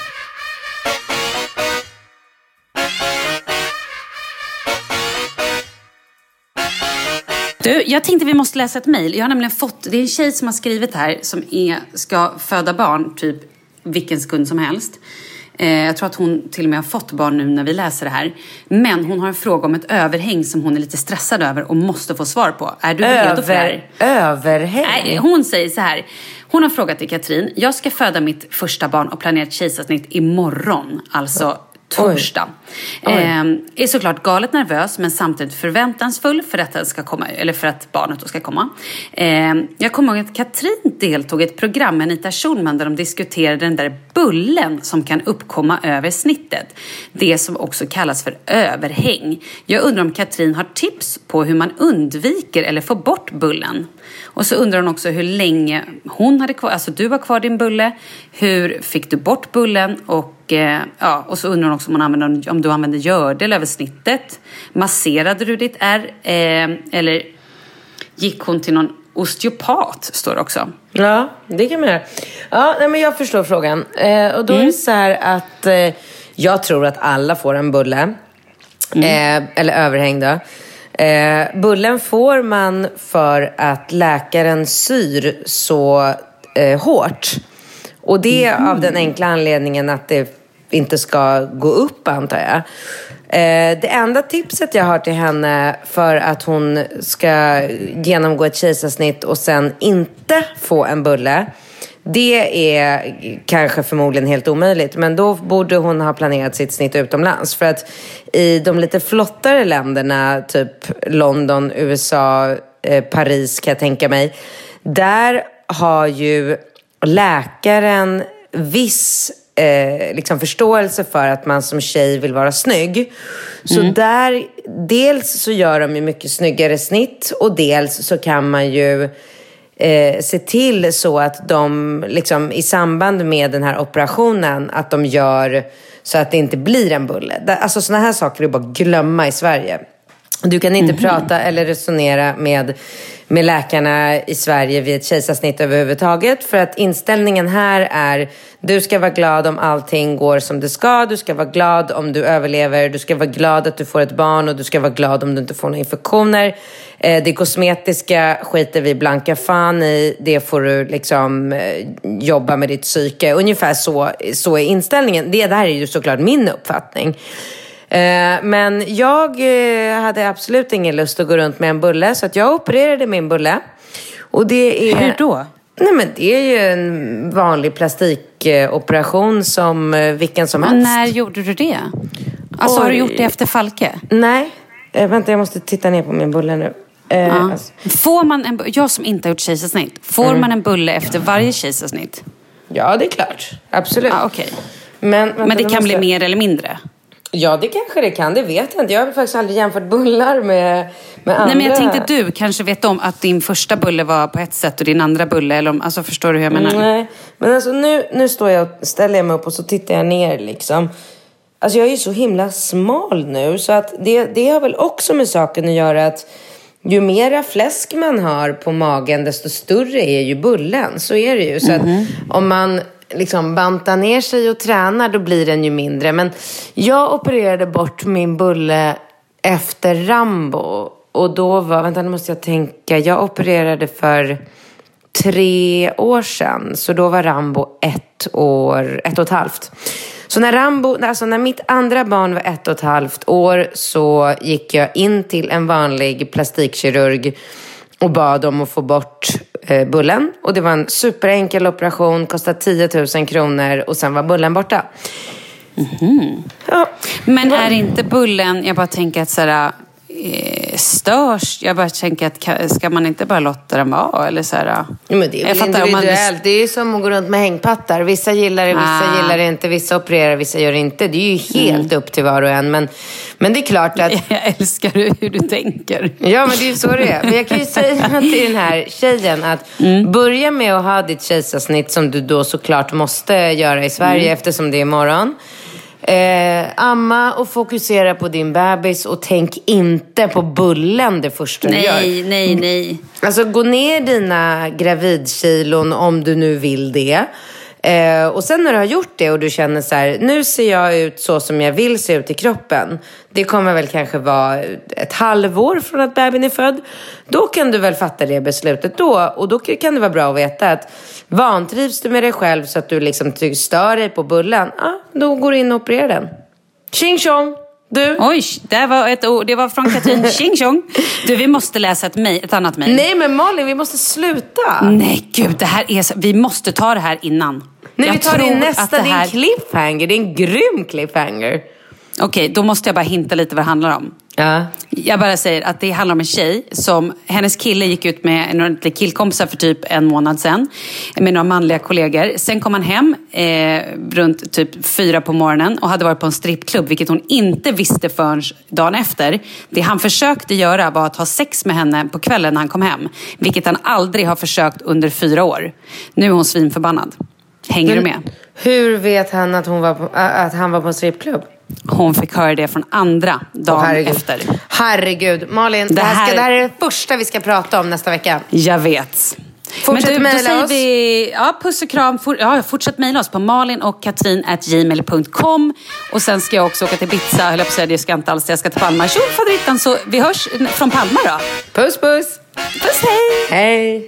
Du, jag tänkte vi måste läsa ett mejl. Jag har nämligen fått, det är en tjej som har skrivit här som är, ska föda barn typ vilken sekund som helst. Eh, jag tror att hon till och med har fått barn nu när vi läser det här. Men hon har en fråga om ett överhäng som hon är lite stressad över och måste få svar på. Är du Över, redo för det här? Överhäng? Nej, hon säger så här. Hon har frågat till Katrin. Jag ska föda mitt första barn och planerat kejsarsnitt imorgon. Alltså torsdag. Oj. Oj. Eh, är såklart galet nervös men samtidigt förväntansfull för att, ska komma, eller för att barnet då ska komma. Eh, jag kommer ihåg att Katrin deltog i ett program med Anita Schulman där de diskuterade den där bullen som kan uppkomma över snittet. Det som också kallas för överhäng. Jag undrar om Katrin har tips på hur man undviker eller får bort bullen. Och så undrar hon också hur länge hon hade kvar, alltså du har kvar din bulle. Hur fick du bort bullen? Och, eh, ja, och så undrar hon också om, hon använder, om du använder gördel över snittet. Masserade du ditt ärr? Eh, eller gick hon till någon osteopat, står det också. Ja, det kan man göra. Ja, nej, men jag förstår frågan. Eh, och då mm. är det så här att eh, jag tror att alla får en bulle. Mm. Eh, eller överhäng då. Eh, bullen får man för att läkaren syr så eh, hårt. Och det är mm. av den enkla anledningen att det inte ska gå upp, antar jag. Eh, det enda tipset jag har till henne för att hon ska genomgå ett kejsarsnitt och sen inte få en bulle, det är kanske förmodligen helt omöjligt. Men då borde hon ha planerat sitt snitt utomlands. För att i de lite flottare länderna, typ London, U S A, eh, Paris kan jag tänka mig, där har ju läkaren viss eh, liksom förståelse för att man som tjej vill vara snygg. Så mm. där, dels så gör de ju mycket snyggare snitt och dels så kan man ju eh, se till så att de liksom, i samband med den här operationen, att de gör så att det inte blir en bulle. Alltså såna här saker är bara att glömma i Sverige. Du kan inte mm-hmm. prata eller resonera med, med läkarna i Sverige vid ett kejsarsnitt överhuvudtaget. För att inställningen här är, du ska vara glad om allting går som det ska. Du ska vara glad om du överlever. Du ska vara glad att du får ett barn. Och du ska vara glad om du inte får några infektioner. Eh, det kosmetiska skiter vi blanka fan i. Det får du liksom eh, jobba med ditt psyke. Ungefär så, så är inställningen. Det där är ju såklart min uppfattning. Men jag hade absolut ingen lust att gå runt med en bulle, så att jag opererade min bulle. Och det är... Hur då? Nej, men det är ju en vanlig plastikoperation som vilken som helst. När gjorde du det? Alltså Oj. Har du gjort det efter Falke? Nej, äh, vänta jag måste titta ner på min bulle nu. Äh, ja. alltså. Får man en, jag som inte har gjort kejsarsnitt, får mm. man en bulle efter varje kejsarsnitt? Ja, det är klart. Absolut. Ah, okay. Men, vänta, men det kan måste... bli mer eller mindre? Ja, det kanske det kan, det vet jag inte. Jag har faktiskt aldrig jämfört bullar med, med andra. Nej, men jag tänkte du kanske vet om att din första bulle var på ett sätt och din andra bulle, eller om, alltså förstår du hur jag menar? Nej, men alltså nu, nu står jag och ställer jag mig upp och så tittar jag ner liksom. Alltså jag är ju så himla smal nu, så att det, det har väl också med saken att göra att ju mera fläsk man har på magen, desto större är ju bullen. Så är det ju, så mm-hmm. att om man... liksom bantar ner sig och tränar, då blir den ju mindre. Men jag opererade bort min bulle efter Rambo. Och då var, vänta nu måste jag tänka, jag opererade för tre år sedan. Så då var Rambo ett år, ett och ett halvt. Så när Rambo, alltså när mitt andra barn var ett och ett halvt år, så gick jag in till en vanlig plastikkirurg och bad om att få bort eh, bullen. Och det var en superenkel operation, kostade tio tusen kronor och sen var bullen borta. Mm-hmm. Ja. Men är inte bullen, jag bara tänker att sådär, eh, störs, jag bara tänker att ska man inte bara låta den vara? Eller sådär, ja, men det är väl individuellt, man... det är ju som att gå runt med hängpattar. Vissa gillar det, vissa ah. gillar det inte, vissa opererar, vissa gör det inte. Det är ju helt mm. upp till var och en. Men, men det är klart att... Jag älskar hur du tänker. Ja, men det är ju så det är. Men jag kan ju säga till den här tjejen att mm. börja med att ha ditt kejsarsnitt, som du då såklart måste göra i Sverige mm. eftersom det är imorgon. Eh, amma och fokusera på din bebis och tänk inte på bullen det första nej, du gör. Nej, nej, nej. Alltså gå ner dina gravidkilon om du nu vill det. Eh, och sen när du har gjort det och du känner så här, nu ser jag ut så som jag vill se ut i kroppen. Det kommer väl kanske vara ett halvår från att bebisen är född. Då kan du väl fatta det beslutet då. Och då kan det vara bra att veta att vantrivs du med dig själv så att du liksom stör dig på bullen, ja, då går du in och opererar den. Tjing tjong! Du. Oj, det var ett ord. Det var från Katrin. Tjing tjong. Du, vi måste läsa ett, mejl, ett annat mejl. Nej, men Malin, vi måste sluta. Nej, gud, det här är så... Vi måste ta det här innan. Nej, jag vi tar det i nästa. Det, här... det är en cliffhanger. Det är en grym cliffhanger. Okej, okay, då måste jag bara hinta lite vad det handlar om. Ja. Jag bara säger att det handlar om en tjej som, hennes kille gick ut med en ordentlig killkompisar för typ en månad sedan med några manliga kollegor. Sen kom han hem eh, runt typ fyra på morgonen och hade varit på en strippklubb, vilket hon inte visste förrän dagen efter. Det han försökte göra var att ha sex med henne på kvällen när han kom hem, vilket han aldrig har försökt under fyra år. Nu är hon svinförbannad. Hänger Men, du med? Hur vet han att, hon var på, att han var på en strippklubb? Hon fick höra det från andra dagen oh, herregud. efter. Herregud, Malin, det, det, här ska, det här är det första vi ska prata om nästa vecka. Jag vet. Fortsätt Men du, då säger oss. vi, ja, puss och kram. For, ja, fortsätt mejla oss på malin och katrin at gmail dot com. Och sen ska jag också åka till Ibiza, höll jag på att säga, det ska inte alls. Jag ska till Palma. Tjo, faderittan, så vi hörs från Palma då. Puss, puss. Puss, hej. Hej.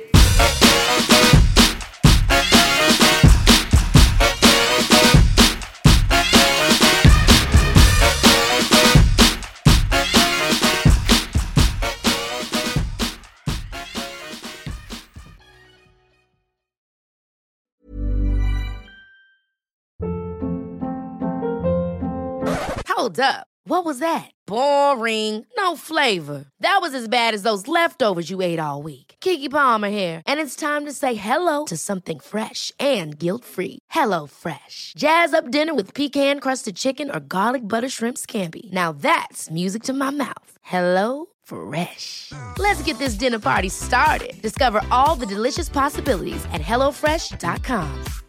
Hold up. What was that? Boring. No flavor. That was as bad as those leftovers you ate all week. Keke Palmer here, and it's time to say hello to something fresh and guilt-free. Hello Fresh. Jazz up dinner with pecan-crusted chicken or garlic butter shrimp scampi. Now that's music to my mouth. Hello Fresh. Let's get this dinner party started. Discover all the delicious possibilities at hello fresh dot com.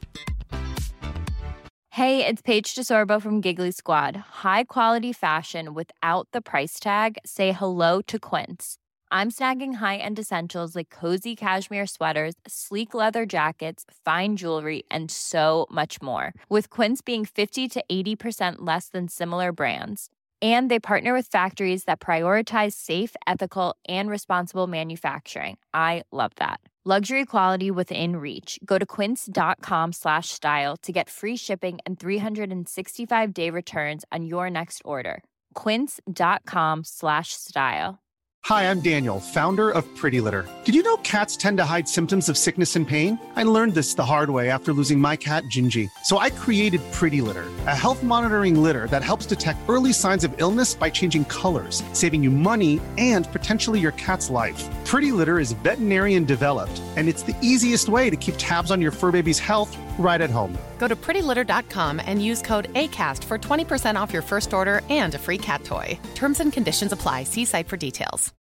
Hey, it's Paige DeSorbo from Giggly Squad. High quality fashion without the price tag. Say hello to Quince. I'm snagging high-end essentials like cozy cashmere sweaters, sleek leather jackets, fine jewelry, and so much more. With Quince being fifty to eighty percent less than similar brands. And they partner with factories that prioritize safe, ethical, and responsible manufacturing. I love that. Luxury quality within reach. Go to quince.com slash style to get free shipping and three sixty-five day returns on your next order. Quince.com slash style. Hi, I'm Daniel, founder of Pretty Litter. Did you know cats tend to hide symptoms of sickness and pain? I learned this the hard way after losing my cat, Gingy. So I created Pretty Litter, a health monitoring litter that helps detect early signs of illness by changing colors, saving you money and potentially your cat's life. Pretty Litter is veterinarian developed, and it's the easiest way to keep tabs on your fur baby's health right at home. Go to pretty litter dot com and use code ACAST for twenty percent off your first order and a free cat toy. Terms and conditions apply. See site for details.